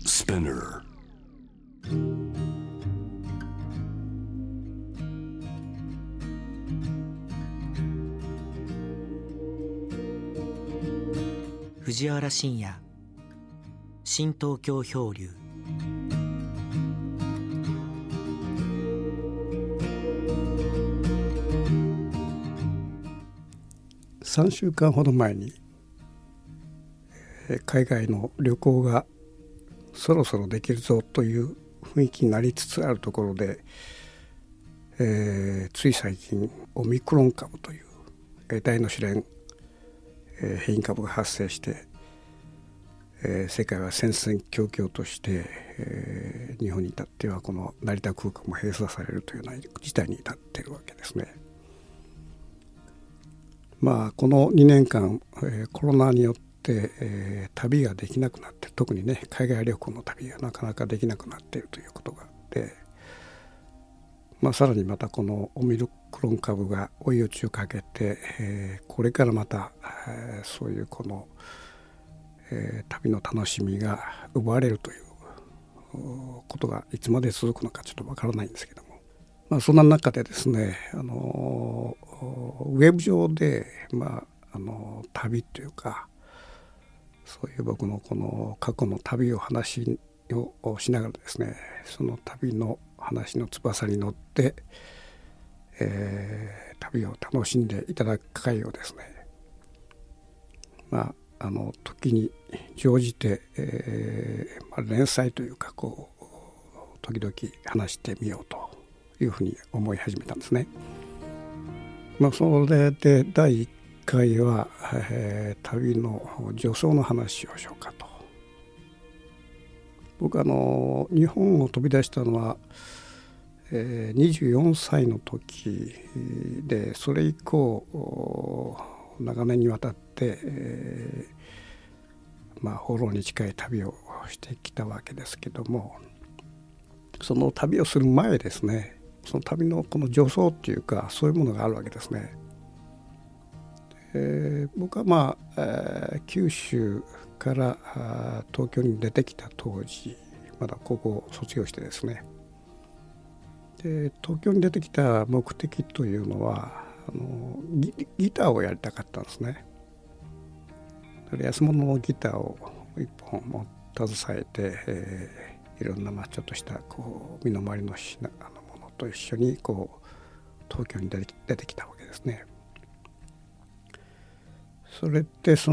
Spinner. 藤原信也、新東京漂流。 3週間ほど前に海外の旅行がそろそろできるぞという雰囲気になりつつあるところで、つい最近オミクロン株という得体の知れん変異株が発生して、世界は戦々恐々として、日本に至ってはこの成田空港も閉鎖されるというような事態に至っているわけですね。この2年間、コロナによって、旅ができなくなって、特にね海外旅行の旅がなかなかできなくなっているということがあって、さらにまたこのオミクロン株が追い打ちをかけて、これからまた、そういうこの、旅の楽しみが奪われるということがいつまで続くのかちょっとわからないんですけども、そんな中でですね、ウェブ上で、旅というか、そういう僕のこの過去の旅を話をしながらですね、その旅の話の翼に乗って、旅を楽しんでいただく会をですね、時に乗じて、連載というか時々話してみようというふうに思い始めたんですね。それで第1回は、旅の助走の話をしようかと。僕日本を飛び出したのは、24歳の時で、それ以降長年にわたって、放浪に近い旅をしてきたわけですけども、その旅をする前ですね、その旅のこの助走っていうか、そういうものがあるわけですね。僕は九州から東京に出てきた当時、まだ高校を卒業してですね、で東京に出てきた目的というのはギターをやりたかったんですね。安物のギターを一本携えて、いろんなちょっとした身の回りのものと一緒に東京に出てきたわけですね。それってギ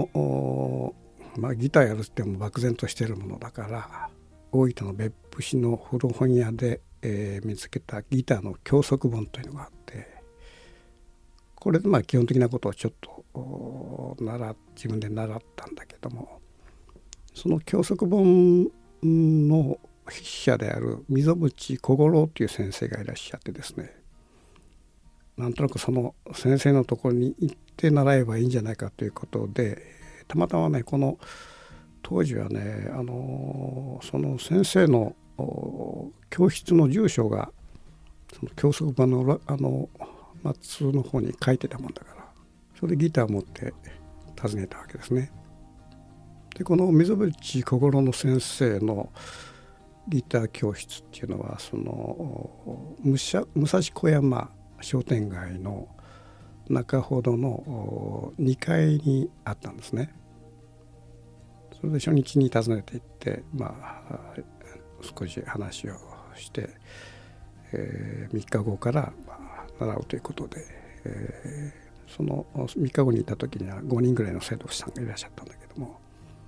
ターやるっても漠然としているものだから、大分の別府市の古本屋で、見つけたギターの教則本というのがあって、これで基本的なことをちょっと自分で習ったんだけども、その教則本の筆者である溝淵小五郎という先生がいらっしゃってですね、なんとなくその先生のところに行って習えばいいんじゃないかということで、たまたまね、この当時はね、その先生の教室の住所がその教則本の松の方に書いてたもんだから、それでギターを持って訪ねたわけですね。でこの溝淵小五郎の先生のギター教室っていうのは、その武蔵小山商店街の中ほどの2階にあったんですね。それで初日に訪ねて行って、少し話をして、3日後から習うということで、その3日後に行った時には5人ぐらいの生徒さんがいらっしゃったんだけども、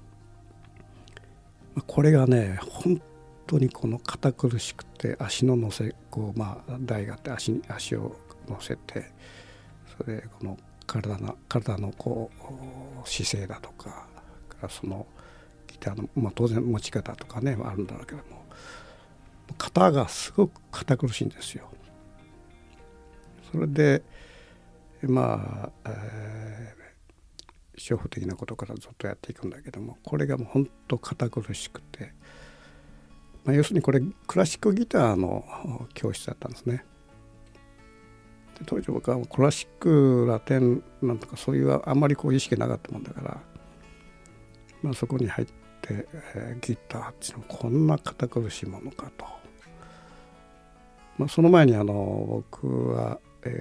これがね本当に堅苦しくて、足の乗せ台があって足を乗せて、それでこの体の姿勢だとか、そのギターの、当然持ち方とかねあるんだろうけども、肩がすごく堅苦しいんですよ。それで初歩的なことからずっとやっていくんだけども、これがもう本当堅苦しくて、要するにこれクラシックギターの教室だったんですね。で当時僕はクラシックラテンなんとかそういうあんまり意識なかったもんだから、そこに入ってギターっていうのはこんな堅苦しいものかと、その前に僕は、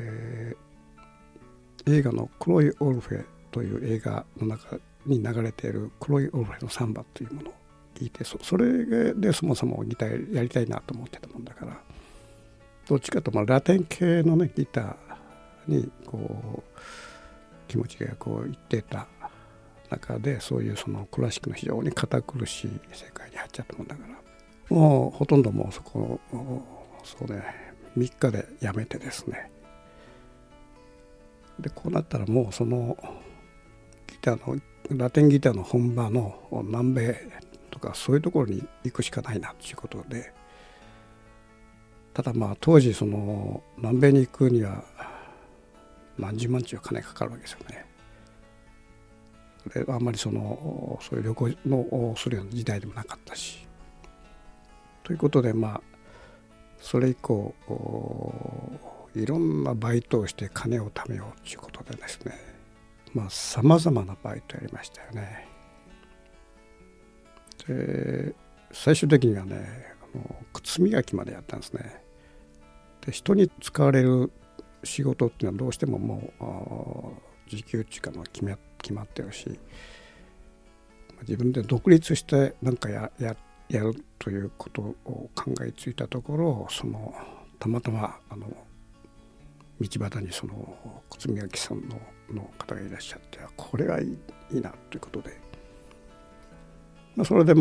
映画のクロイ・オルフェという映画の中に流れているクロイ・オルフェのサンバというものを聞いて、それでそもそもギターやりたいなと思ってたもんだから、どっちかとラテン系のねギターにこう気持ちがこういってた中で、そういうそのクラシックの非常に堅苦しい世界に入っちゃったもんだから、もうほとんどもうそうね3日でやめてですね、でこうなったらもうそのギターのラテンギターの本場の南米とかそういうところに行くしかないなということで、ただ当時その南米に行くには何十万ちゅう金かかるわけですよね。であんまりそういう旅行のするような時代でもなかったし、ということでそれ以降いろんなバイトをして金を貯めようということでですね、さまざまなバイトやりましたよね。で最終的にはね靴磨きまでやったんですね。で人に使われる仕事っていうのはどうしてももう時給っていうか決まってるし、自分で独立して何かやるということを考えついたところ、たまたま道端にその靴磨きさんの方がいらっしゃって、これがいいなということで、それで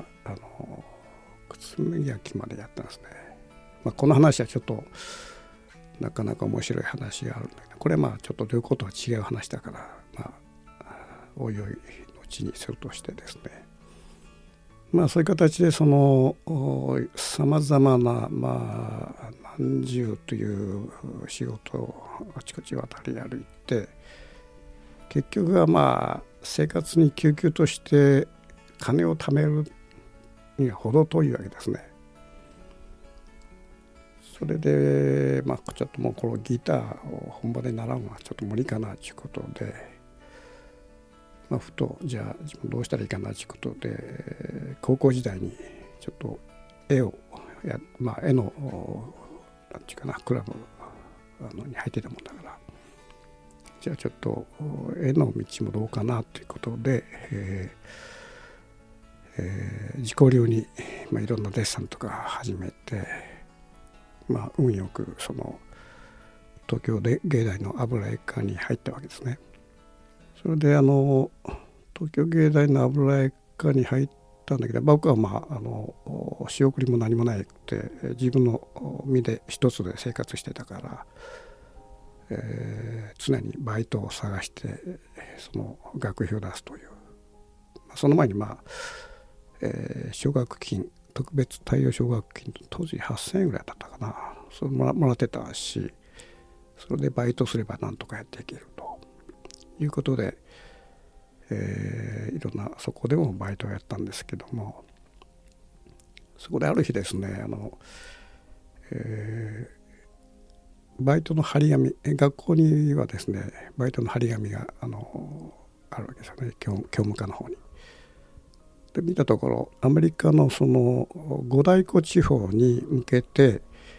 靴磨きまでやったんですね。この話はちょっとなかなか面白い話があるんだけど、これはちょっとということは違う話だから、おいおいのうちにするとしてですね、そういう形でさまざまな何十という仕事をあちこち渡り歩いて、結局は生活に救急として金を貯めるには程遠いわけですね。それでちょっともうこのギターを本場で習うのはちょっと無理かなということで、ふとじゃあ自分どうしたらいいかなということで、高校時代にちょっと絵のなんていうかなクラブに入ってたもんだから、じゃあちょっと絵の道もどうかなということで、自己流にいろんなデッサンとか始めて、運よく東京で芸大の油絵科に入ったわけですね。それで東京芸大の油絵科に入ったんだけど、僕は仕送りも何もなくて自分の身で一つで生活してたから、常にバイトを探して学費を出すという、その前に奨学金、特別対応奨学金当時8,000円ぐらいだったかな、それもらってたし、それでバイトすればなんとかやっていけるということで、いろんなそこでもバイトをやったんですけども、そこである日ですね、バイトの張り紙、学校にはですねバイトの張り紙があるわけですよね、教務課の方に。で見たところ、アメリカの五大湖地方に向けて、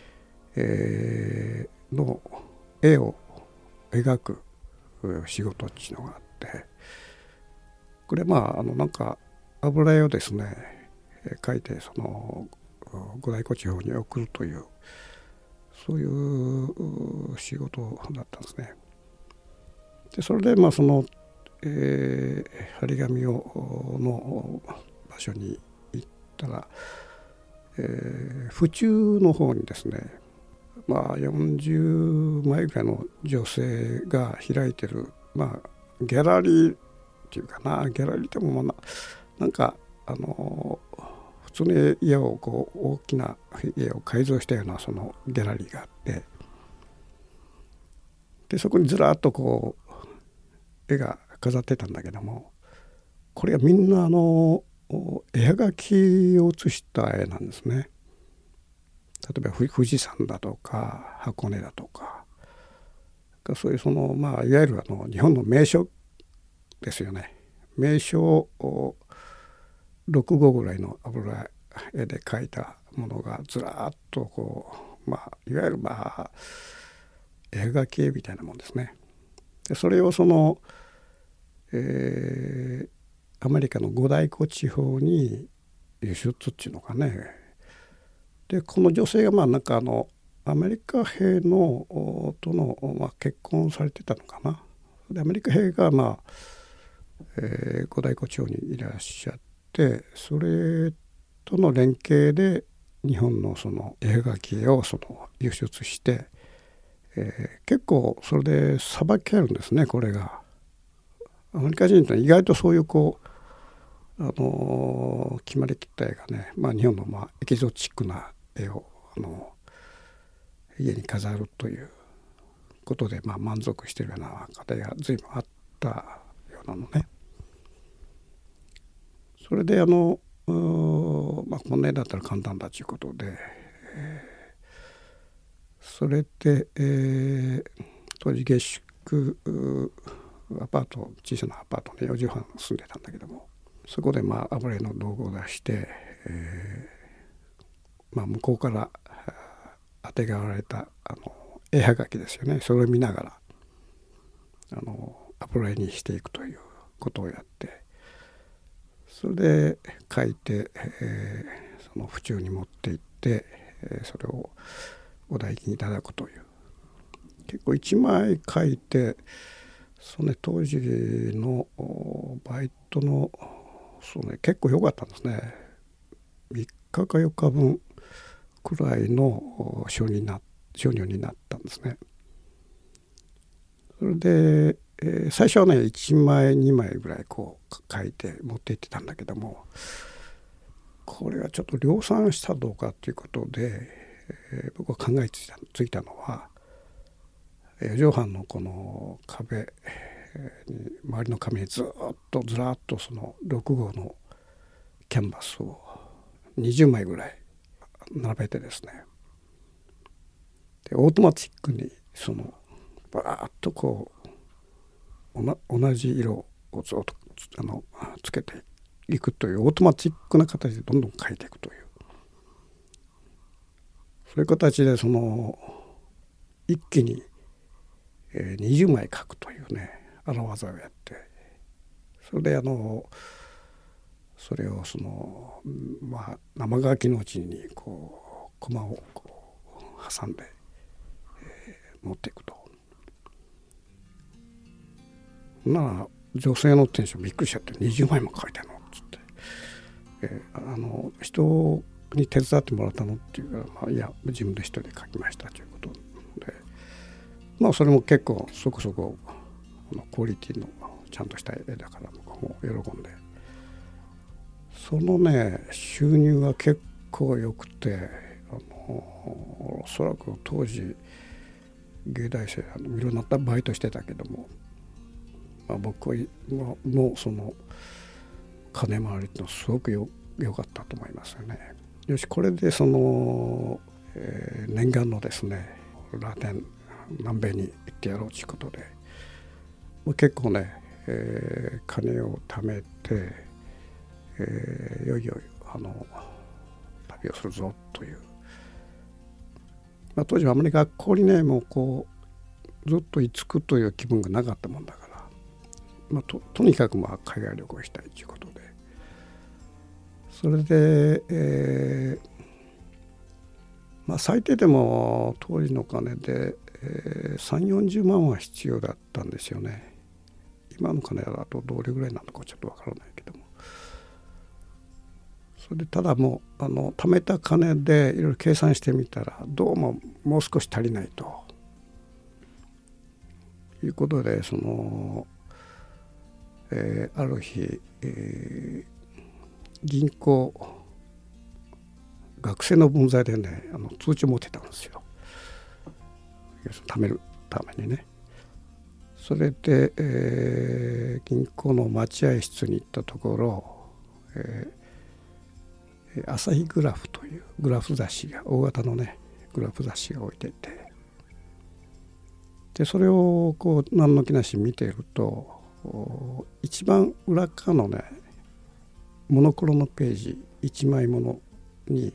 の絵を描く仕事っていうのがあって、これなんか油絵をですね描いて五大湖地方に送るという、そういう仕事だったんですね。でそれで張り紙の場所に行ったら、府中の方にですね、40枚ぐらいの女性が開いてる、ギャラリーっていうかな、ギャラリーでもなんか普通の家を大きな家を改造したようなギャラリーがあって、でそこにずらっと絵が飾ってたんだけども、これはみんな絵はがきを写した絵なんですね。例えば富士山だとか箱根だとか、そういういわゆる日本の名所ですよね。名所 6号ぐらいの油絵で描いたものがずらっとこう、いわゆる絵描き絵みたいなもんですね。でそれをアメリカの五大湖地方に輸出っていうのかね。でこの女性がなんかアメリカ兵のとの、結婚されてたのかな。でアメリカ兵が五大湖地方にいらっしゃって、それとの連携で日本のその絵描き絵を輸出して、結構それでさばけるんですね。これがアメリカ人って意外とそういう決まりきった絵がね、日本のエキゾチックな絵を家に飾るということで満足しているような家庭が随分あったようなのね。それでこんな絵だったら簡単だということで、それで、当時下宿アパート、小さなアパートに4畳半住んでたんだけども、そこで油絵の道具を出して、向こうからあてがわれた絵はがきですよね。それを見ながら油絵にしていくということをやって、それで描いて、その府中に持って行って、それをお代金いただくという、結構一枚描いて当時のバイトの結構良かったんですね。3日か4日分くらいの収入になったんですね。それで、最初はね1枚2枚ぐらい書いて持って行ってたんだけども、これはちょっと量産したどうかということで、僕が考えついたのは、4畳半のこの壁に、周りの壁にずらっとその6号のキャンバスを20枚ぐらい並べてですね、でオートマチックにバーッと同じ色をずっとつけていくというオートマチックな形でどんどん描いていくという、そういう形で一気に20枚描くというね荒技をやって、それでそれを生乾きのうちにコマを挟んで、持っていくと。なら女性の店主びっくりしちゃって、20枚も描いてんのっつって、人に手伝ってもらったのっていうから、いや自分で一人で描きましたということで、それも結構そこそこクオリティのちゃんとした絵だから僕も喜んで、そのね収入が結構良くて、おそらく当時芸大生いろんなバイトしてたけども、僕の金回りってのはすごく良かったと思いますよね。よしこれで念願のですねラテン南米に行ってやろうということで、結構ね、金を貯めて、いよいよ旅をするぞという、当時はあまり学校にねもうずっと居つくという気分がなかったもんだから、とにかく海外旅行したいということで、それで、最低でも当時の金で、30、40万は必要だったんですよね。今の金だとどれぐらいなのかちょっとわからないけども、それでただもう貯めた金でいろいろ計算してみたら、どうももう少し足りないということで、ある日、銀行学生の分際でね通知を持ってたんですよ。貯めるためにね。それで、銀行の待合室に行ったところ、朝日グラフというグラフ雑誌が、大型のねグラフ雑誌が置いていて、でそれを何の気なし見ていると、一番裏側のねモノクロのページ1枚ものに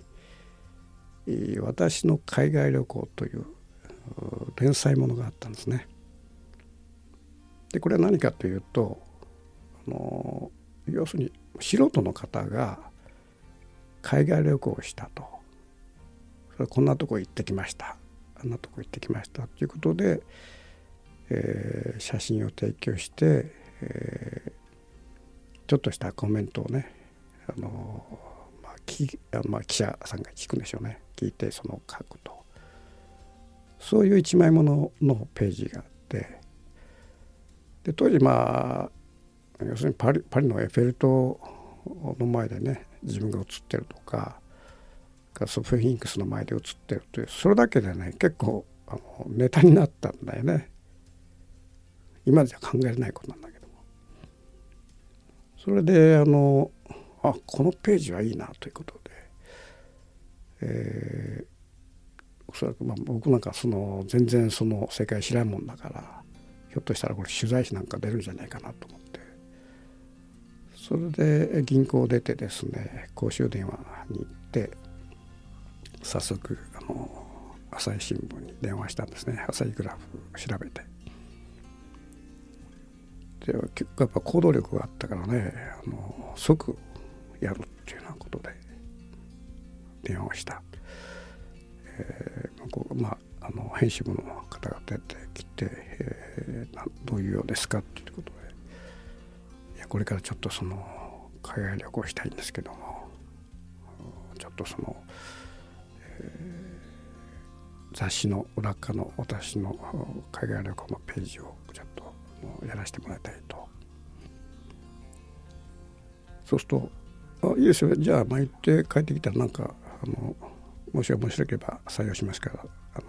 私の海外旅行という連載ものがあったんですね。でこれは何かというと要するに素人の方が海外旅行をしたと、それこんなとこ行ってきました、あんなとこ行ってきましたということで、写真を提供して、ちょっとしたコメントをね記者さんが聞くんでしょうね。聞いてその書くと、そういう一枚もののページがあって、で当時要するにパリのエッフェル塔の前でね自分が写ってるとかスフィンクスの前で写ってるという、それだけでね結構ネタになったんだよね。今じゃ考えられないことなんだけども、それでこのページはいいなということで、おそらく僕なんか全然その世界知らんもんだから、ひょっとしたらこれ取材費なんか出るんじゃないかなと思って、それで銀行を出てですね公衆電話に行って早速朝日新聞に電話したんですね。朝日グラフ調べて、で結構やっぱ行動力があったからね即やるっていうようなことで電話をした。編集部の方が出てきて、どういうようですかっていうことで、いやこれからちょっと海外旅行したいんですけども、ちょっと雑誌の裏側の私の海外旅行のページをちょっとやらせてもらいたいと。そうするといいですよ、じゃあ行って帰ってきたらもし面白ければ採用しますから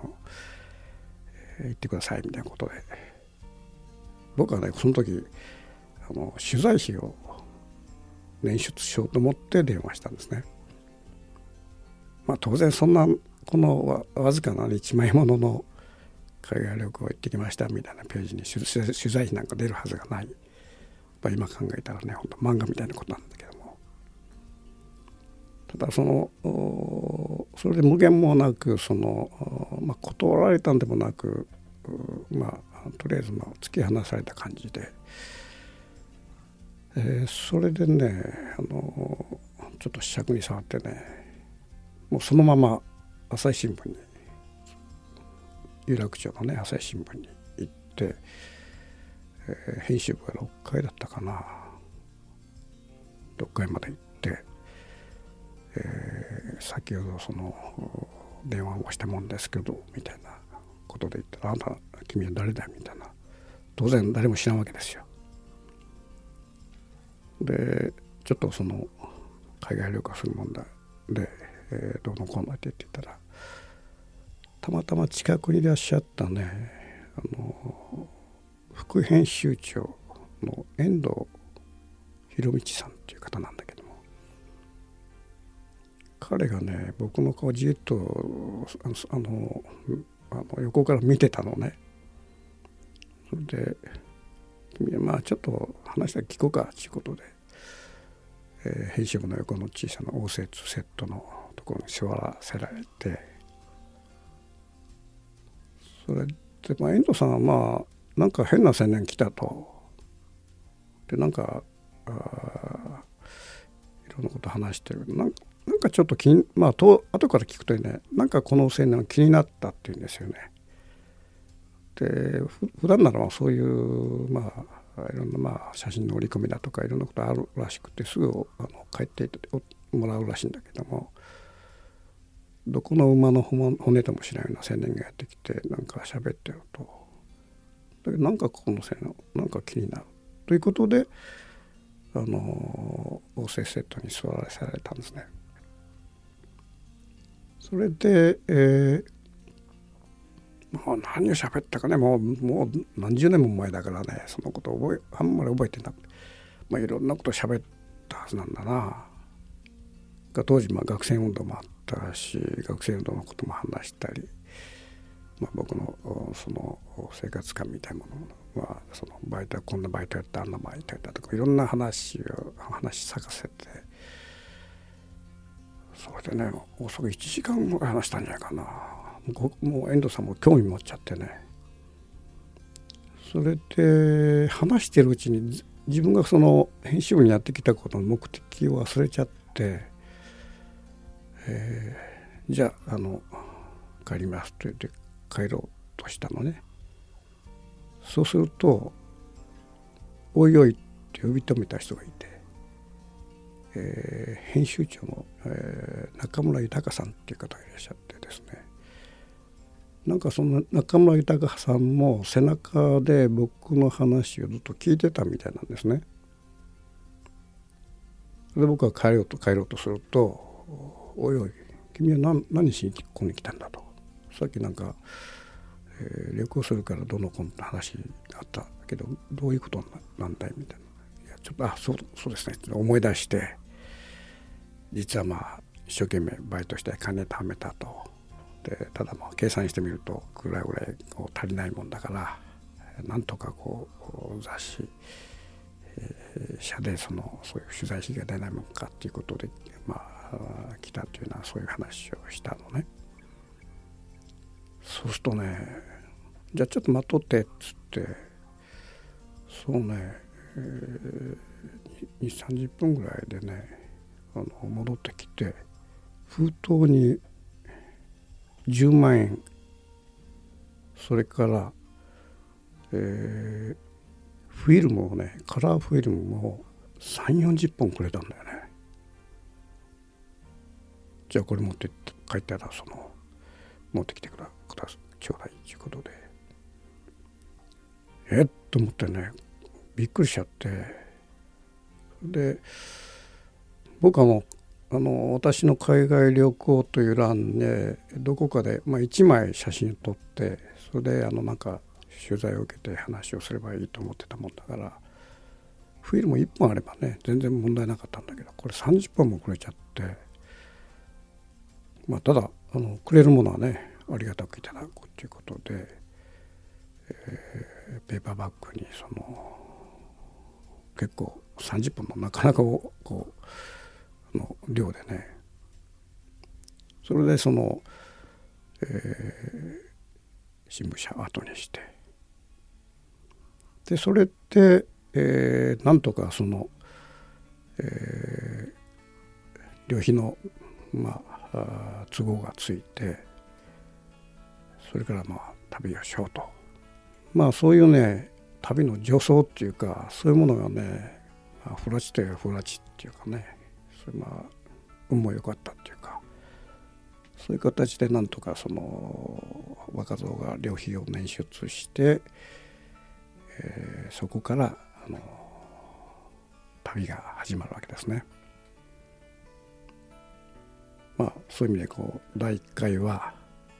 行ってくださいみたいなことで、僕はねその時取材費を捻出しようと思って電話したんですね。当然そんなこのわずかな1枚ものの海外旅行行ってきましたみたいなページに取材費なんか出るはずがない。今考えたらね本当漫画みたいなことなんだけども、ただそれで無限もなく断られたんでもなくとりあえず突き放された感じで、それでねちょっと試着に触ってね、もうそのまま朝日新聞に有楽町のね朝日新聞に行って、編集部が6階だったかな、6階まで行って、先ほど電話をしたもんですけどみたいなことで言ったら、あんた君は誰だみたいな、当然誰も知らんわけですよ。でちょっと海外旅行するもんだで、どうのこうのって言ってたら、たまたま近くにいらっしゃったね副編集長の遠藤博道さんっていう方なんだけども、彼がね僕の顔じっと横から見てたのね。それで君はちょっと話だけ聞こうかということで、編集部の横の小さな応接セットのところに座らせられて、それで遠藤さんはなんか変な青年来たと。でいろんなこと話してる。なんかちょっと後から聞くとね、なんかこの青年が気になったっていうんですよね。で普段ならそういういろんな写真の折り込みだとかいろんなことあるらしくて、すぐ帰ってもらうらしいんだけども、どこの馬の骨とも知らないような青年がやってきてなんか喋ってると、なんかこの青年なんか気になるということで応接セットに座らせられたんですね。それで、何を喋ったかね、もう何十年も前だからね、そのことをあんまり覚えてなくて、いろんなことを喋ったはずなんだな。当時学生運動もあったし、学生運動のことも話したり、僕の生活感みたいなものはバイトはこんなバイトやった、あんなバイトやったとかいろんな話咲かせてそれでねおそらく1時間ぐらい話したんじゃないかな。もう遠藤さんも興味持っちゃってね、それで話してるうちに自分がその編集部にやってきたことの目的を忘れちゃって、じゃあ帰りますと言って帰ろうとしたのね。そうするとおいおいって呼び止めた人がいて、編集長の、中村豊さんっていう方がいらっしゃってですね、なんかその中村豊さんも背中で僕の話をずっと聞いてたみたいなんですね。で僕が帰ろうとすると「おいおい君は何しにここに来たんだ」と。さっきなんか、旅行するからどのこの話があったけどどういうことなんだいみたいな。いやちょっとそうですねって思い出して、実はまあ一生懸命バイトして金貯めたと。でただまあ計算してみるとぐらい足りないもんだから、なんとか雑誌、社でそういう取材費が出ないもんかっていうことで来たというのはそういう話をしたのね。そうするとね、じゃあちょっと待っとってっつって、そうね、2、30分ぐらいでね戻ってきて、封筒に10万円、それから、フィルムをね、カラーフィルムを3、40本くれたんだよね。じゃあこれ持って帰ったら持ってきてちょうだいということで、と思ってねびっくりしちゃって、で僕はもう私の海外旅行という欄でどこかで、1枚写真を撮って、それでなんか取材を受けて話をすればいいと思ってたもんだから、フィルム1本あればね全然問題なかったんだけど、これ30本もくれちゃって、ただくれるものはねありがたくいただくということで、ペーパーバッグに結構30本のなかなかの量でね、それで新聞社を後にして、でそれで、なんとか旅費の都合がついて、それから旅をしようと、そういうね旅の助走っていうか、そういうものがね、不埒という不埒っていうかね、それ運も良かったっていうか、そういう形でなんとか若造が旅費を捻出して、そこから旅が始まるわけですね。そういう意味で第1回は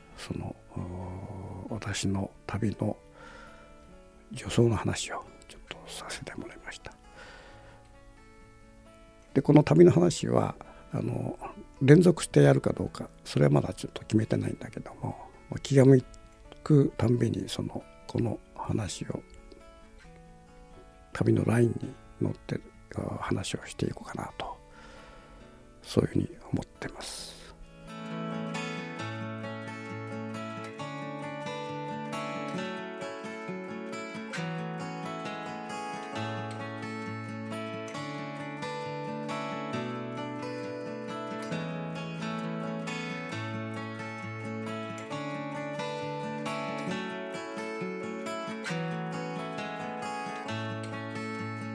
私の旅の助走の話をちょっとさせてもらいました。でこの旅の話は連続してやるかどうか、それはまだちょっと決めてないんだけども、気が向くたんびにこの話を旅のラインに乗って話をしていこうかなと、そういうふうに思ってます。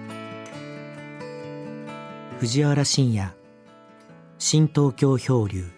藤原信也、新東京漂流。